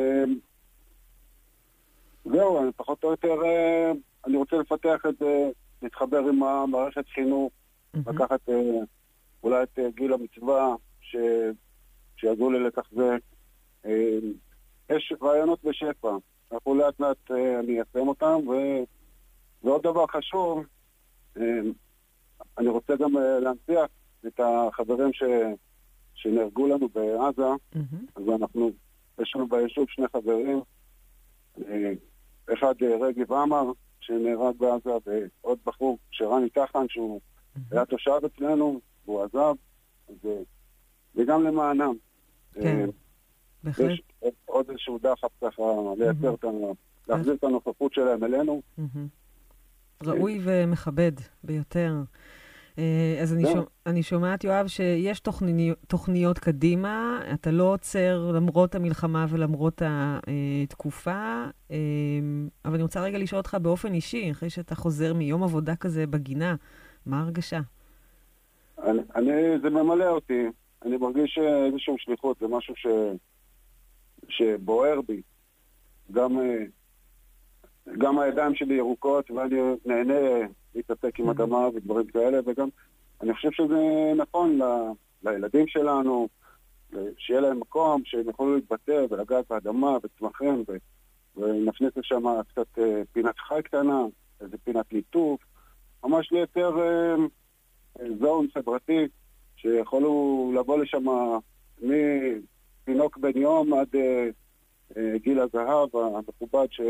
S9: זהו, אני פחות או יותר, אני רוצה לפתח את זה להתחבר עם המערכת חינוך, mm-hmm. לקחת אה, אולי את אה, גיל המצווה, ש... שיעזרו לי לתחזק. אה, יש רעיונות בשפע, אנחנו לאט לאט אה, אני אסיים אותם, ו... ועוד דבר חשוב, אה, אני רוצה גם אה, להנציח את החברים ש... שנהרגו לנו בעזה, mm-hmm. אז אנחנו, יש לנו ביישוב שני חברים, אה, אחד אה, רגב אמר, שנהרג בעזה, ועוד בחור שרני תחן, שהוא mm-hmm. היה תושב אצלנו, והוא עזב, אז, וגם למענם.
S2: כן, בהחלט.
S9: יש עוד איזשהו דחף ככה, לייצר את ה... להחזיר את הנוכחות שלהם אלינו.
S2: ראוי ומכבד ביותר. אז אני שומעת, יואב, שיש תוכניות קדימה, אתה לא עוצר למרות המלחמה ולמרות התקופה, אבל אני רוצה רגע לשאול אותך באופן אישי, אחרי שאתה חוזר מיום עבודה כזה בגינה, מה הרגשה?
S9: אני, זה ממלא אותי. אני מרגיש איזשהו שליחות, זה משהו ש... שבוער בי. גם, גם הידיים שלי ירוקות, ואני נהנה להתעסק עם אדמה ודברים כאלה, וגם אני חושב שזה נכון ל... לילדים שלנו, שיהיה להם מקום, שהם יכולו להתבטא ולגעת באדמה וצמחים, ו... ונכניס לשם קצת פינת חי קטנה, איזה פינת ליטוף, ממש ליותר זון חברתי, שיכולו לבוא לשם מפינוק בן יום עד uh, גיל הזהב המכובד ש...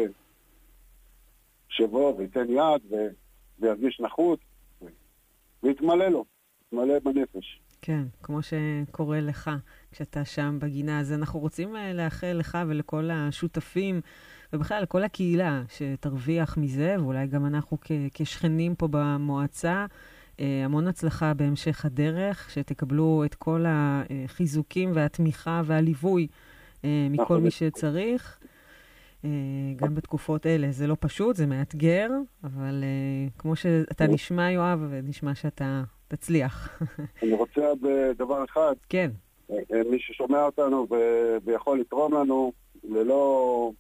S9: שבוא וייתן יד ו... וירגיש נחות ו... ויתמלא לו, יתמלא בנפש.
S2: כן, כמו שקורה לך כשאתה שם בגינה. אז אנחנו רוצים לאחל לך ולכל השותפים ובכלל לכל הקהילה שתרוויח מזה, ואולי גם אנחנו כ... כשכנים פה במועצה, המון הצלחה בהמשך הדרך, שתקבלו את כל החיזוקים והתמיכה והליווי מכל מי שצריך, גם בתקופות אלה. זה לא פשוט, זה מאתגר, אבל כמו שאתה נשמע, יואב, נשמע שאתה תצליח.
S9: אני רוצה עוד דבר אחד.
S2: כן.
S9: מי ששומע אותנו ויכול לתרום לנו, ללא,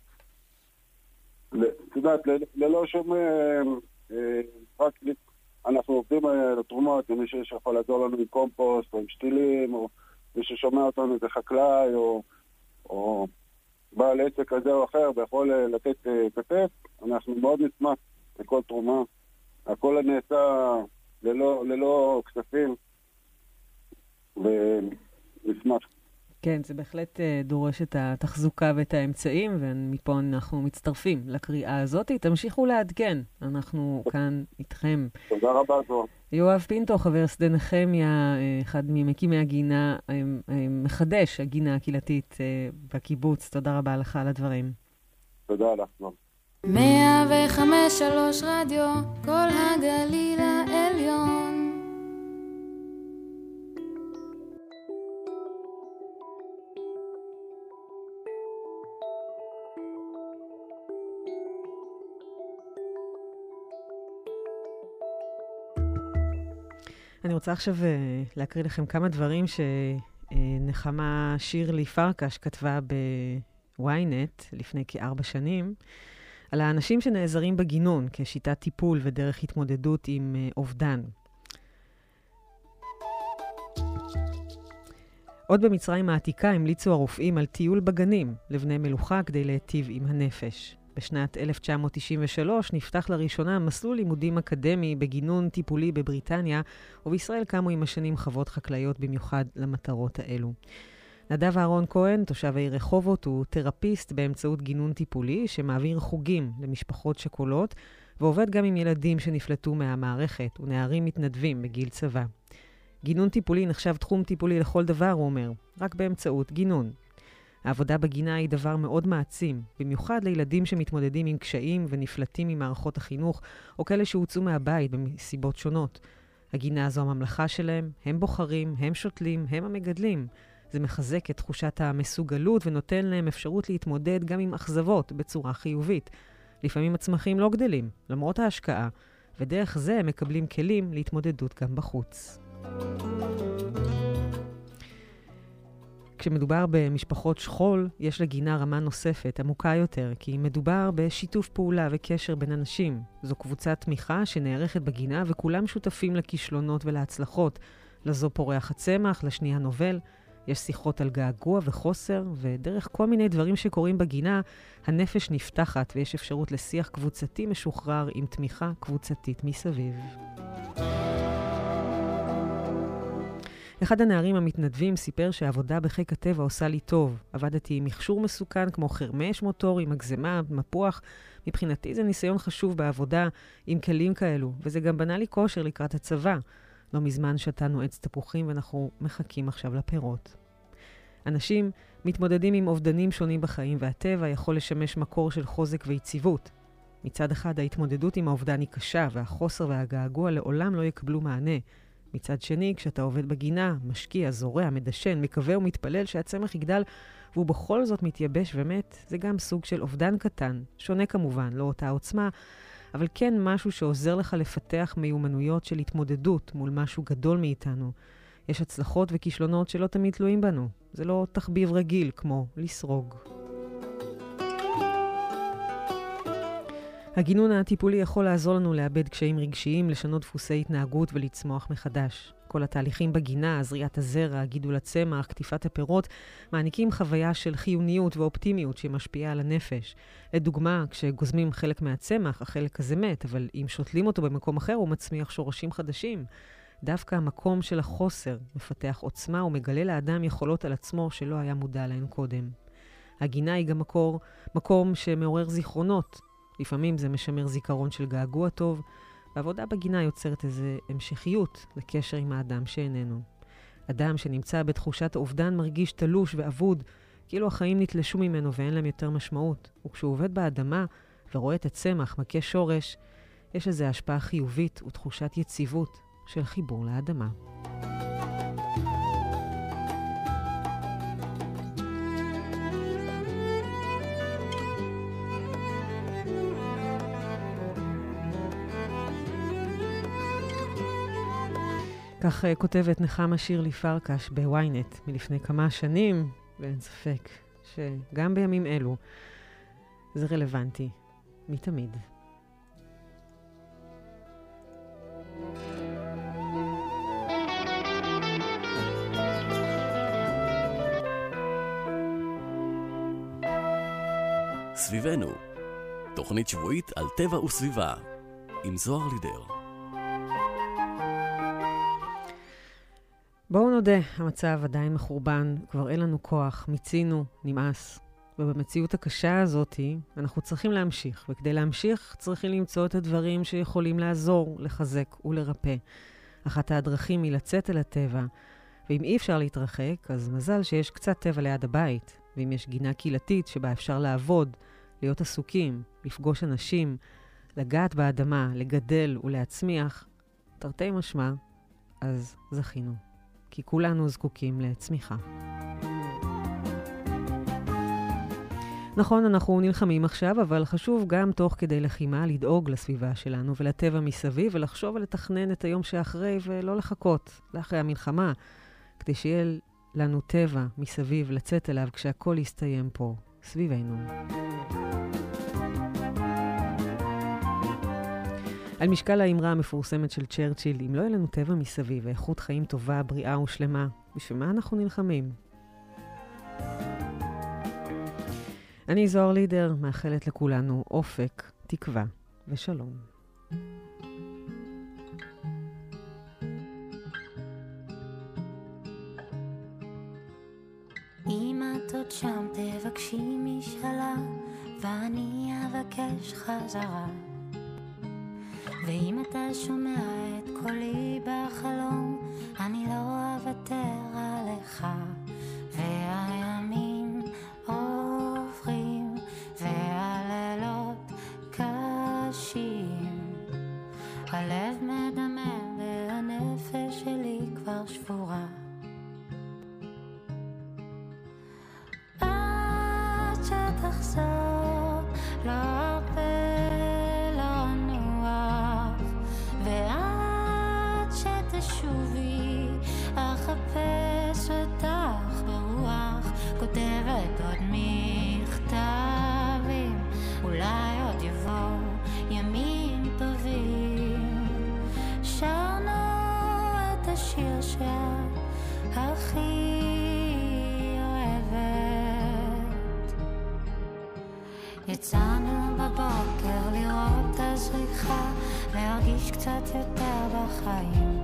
S9: תדעת, ללא שום, רק אנחנו עובדים על התרומות, ומי שיכול לעזור לנו עם קומפוסט או עם שתילים, או מי ששומע אותנו זה חקלאי, או, או בעל עסק כזה או אחר, ויכול לתת כתף, אנחנו מאוד נשמח לכל תרומה. הכל נעשה ללא, ללא כספים, ונשמח.
S2: כן, זה בהחלט דורש את התחזוקה ואת האמצעים, ומפה אנחנו מצטרפים לקריאה הזאת. תמשיכו לעדכן, אנחנו כאן איתכם.
S9: תודה רבה, זו.
S2: יואב פינטו, חבר שדה נחמיה, אחד ממקימי הגינה, מחדש הגינה הקהילתית בקיבוץ. תודה רבה לך על הדברים.
S9: תודה לך, זו.
S3: מאה וחמש שלוש רדיו, כל הגליל העליון.
S2: אני רוצה עכשיו להקריא לכם כמה דברים שנחמה שירלי פרקש כתבה בוויינט לפני כארבע שנים, על האנשים שנעזרים בגינון כשיטת טיפול ודרך התמודדות עם אובדן. עוד במצרים העתיקה המליצו הרופאים על טיול בגנים לבני מלוכה כדי להיטיב עם הנפש. בשנת אלף תשע מאות תשעים ושלוש נפתח לראשונה מסלול לימודים אקדמי בגינון טיפולי בבריטניה, ובישראל קמו עם השנים חוות חקלאיות במיוחד למטרות האלו. נדב אהרון כהן, תושב העיר רחובות, הוא תרפיסט באמצעות גינון טיפולי שמעביר חוגים למשפחות שכולות, ועובד גם עם ילדים שנפלטו מהמערכת ונערים מתנדבים בגיל צבא. גינון טיפולי נחשב תחום טיפולי לכל דבר, הוא אומר, רק באמצעות גינון. העבודה בגינה היא דבר מאוד מעצים, במיוחד לילדים שמתמודדים עם קשיים ונפלטים ממערכות החינוך, או כאלה שהוצאו מהבית בסיבות שונות. הגינה הזו הממלכה שלהם, הם בוחרים, הם שותלים, הם המגדלים. זה מחזק את תחושת המסוגלות ונותן להם אפשרות להתמודד גם עם אכזבות בצורה חיובית. לפעמים הצמחים לא גדלים, למרות ההשקעה, ודרך זה הם מקבלים כלים להתמודדות גם בחוץ. כשמדובר במשפחות שכול, יש לגינה רמה נוספת, עמוקה יותר, כי מדובר בשיתוף פעולה וקשר בין אנשים. זו קבוצת תמיכה שנערכת בגינה, וכולם שותפים לכישלונות ולהצלחות. לזו פורח הצמח, לשנייה נובל. יש שיחות על געגוע וחוסר, ודרך כל מיני דברים שקורים בגינה, הנפש נפתחת ויש אפשרות לשיח קבוצתי משוחרר עם תמיכה קבוצתית מסביב. אחד הנערים המתנדבים סיפר שהעבודה בחיק הטבע עושה לי טוב. עבדתי עם מכשור מסוכן כמו חרמש מוטור, עם הגזמה, מפוח. מבחינתי זה ניסיון חשוב בעבודה עם כלים כאלו, וזה גם בנה לי כושר לקראת הצבא. לא מזמן שתנו עץ תפוחים ואנחנו מחכים עכשיו לפירות. אנשים מתמודדים עם אובדנים שונים בחיים, והטבע יכול לשמש מקור של חוזק ויציבות. מצד אחד ההתמודדות עם האובדן היא קשה, והחוסר והגעגוע לעולם לא יקבלו מענה. מצד שני, כשאתה עובד בגינה, משקיע, זורע, מדשן, מקווה ומתפלל שהצמח יגדל, והוא בכל זאת מתייבש ומת, זה גם סוג של אובדן קטן. שונה כמובן, לא אותה עוצמה, אבל כן משהו שעוזר לך לפתח מיומנויות של התמודדות מול משהו גדול מאיתנו. יש הצלחות וכישלונות שלא תמיד תלויים בנו. זה לא תחביב רגיל כמו לסרוג. הגינון הטיפולי יכול לעזור לנו לאבד קשיים רגשיים, לשנות דפוסי התנהגות ולצמוח מחדש. כל התהליכים בגינה, זריעת הזרע, גידול הצמח, כתיפת הפירות, מעניקים חוויה של חיוניות ואופטימיות שמשפיעה על הנפש. לדוגמה, כשגוזמים חלק מהצמח, החלק הזה מת, אבל אם שותלים אותו במקום אחר, הוא מצמיח שורשים חדשים. דווקא המקום של החוסר מפתח עוצמה ומגלה לאדם יכולות על עצמו שלא היה מודע להן קודם. הגינה היא גם מקור, מקום שמעורר זיכרונות. לפעמים זה משמר זיכרון של געגוע טוב, והעבודה בגינה יוצרת איזו המשכיות לקשר עם האדם שאיננו. אדם שנמצא בתחושת האובדן מרגיש תלוש ועבוד, כאילו החיים נתלשו ממנו ואין להם יותר משמעות. וכשהוא עובד באדמה ורואה את הצמח מכה שורש, יש איזו השפעה חיובית ותחושת יציבות של חיבור לאדמה. כך uh, כותבת נחמה שירלי פרקש בוויינט מלפני כמה שנים, ואין ספק שגם בימים אלו זה רלוונטי מתמיד.
S1: סביבנו, תוכנית שבועית על טבע וסביבה, עם זוהר לידר.
S2: בואו נודה, המצב עדיין מחורבן, כבר אין לנו כוח, מיצינו, נמאס. ובמציאות הקשה הזאת אנחנו צריכים להמשיך, וכדי להמשיך צריכים למצוא את הדברים שיכולים לעזור, לחזק ולרפא. אחת הדרכים היא לצאת אל הטבע, ואם אי אפשר להתרחק, אז מזל שיש קצת טבע ליד הבית, ואם יש גינה קהילתית שבה אפשר לעבוד, להיות עסוקים, לפגוש אנשים, לגעת באדמה, לגדל ולהצמיח, תרתי משמע, אז זכינו. כי כולנו זקוקים לצמיחה. נכון, אנחנו נלחמים עכשיו, אבל חשוב גם תוך כדי לחימה לדאוג לסביבה שלנו ולטבע מסביב, ולחשוב ולתכנן את היום שאחרי ולא לחכות לאחרי המלחמה, כדי שיהיה לנו טבע מסביב לצאת אליו כשהכל יסתיים פה סביבנו. על משקל האמרה המפורסמת של צ'רצ'יל, אם לא יהיה לנו טבע מסביב ואיכות חיים טובה, בריאה ושלמה, בשביל מה אנחנו נלחמים? אני זוהר לידר, מאחלת לכולנו אופק, תקווה ושלום.
S3: אם את עוד שם תבקשי משאלה, ואני אבקש חזרה. ואם אתה שומע את קולי בחלום, אני לא אוותר עליך. והימים עוברים והלילות קשים, הלב מדמם והנפש שלי כבר שבורה. עד שתחזור לא הרבה ועד שתשובי אחפש אותך ברוח. עוד יבואו ימים טובים. שרנו את השיר שאת הכי אוהבת. יצאנו בבוקר לראות את הזריחה, להרגיש קצת יותר בחיים.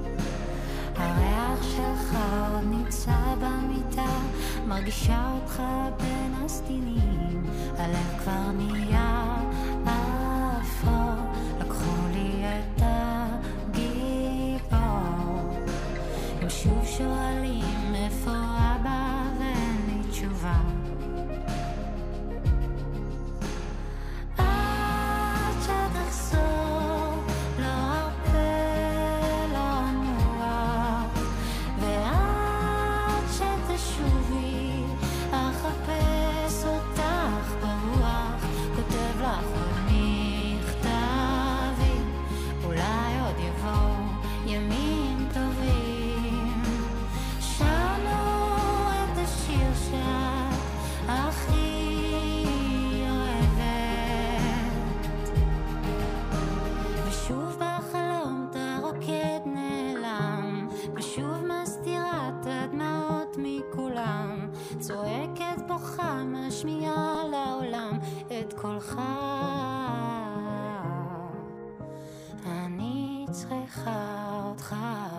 S3: הריח שלך עוד נמצא במיטה, מרגישה אותך בין הסדינים. הלב כבר נהיה אפור, לקחו לי את הגיבור. הם שוב שואלים איפה אבא ואין לי תשובה. צועקת בוכה, משמיעה לעולם את קולך. אני צריכה אותך.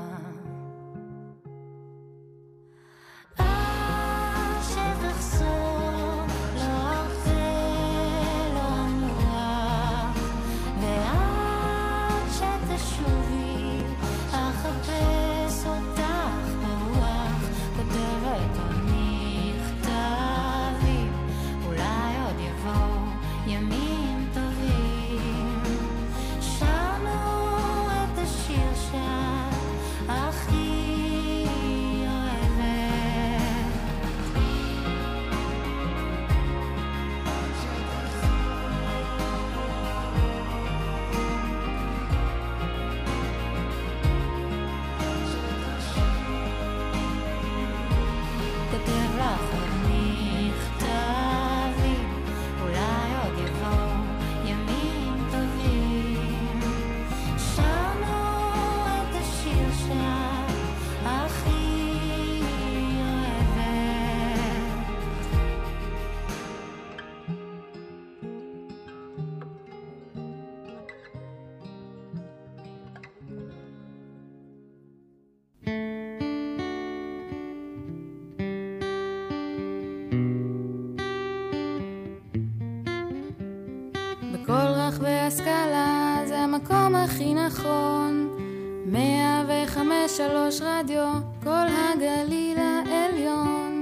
S3: עד שתחזור, לא ארפה, לא אנוח, ועד שתשובי, אחפש אותך ברוח, כותבת אני ימים טובים. שרנו את השיר שאת הכי אוהבת. כותב לך עוד מכתבים, אולי עוד יבואו ימים טובים. שרנו את השיר שאת הכי אוהבת.
S10: בכל רחבי הסקאלה זה המקום הכי נכון. מאה וחמש שלוש רדיו, כל הגליל העליון.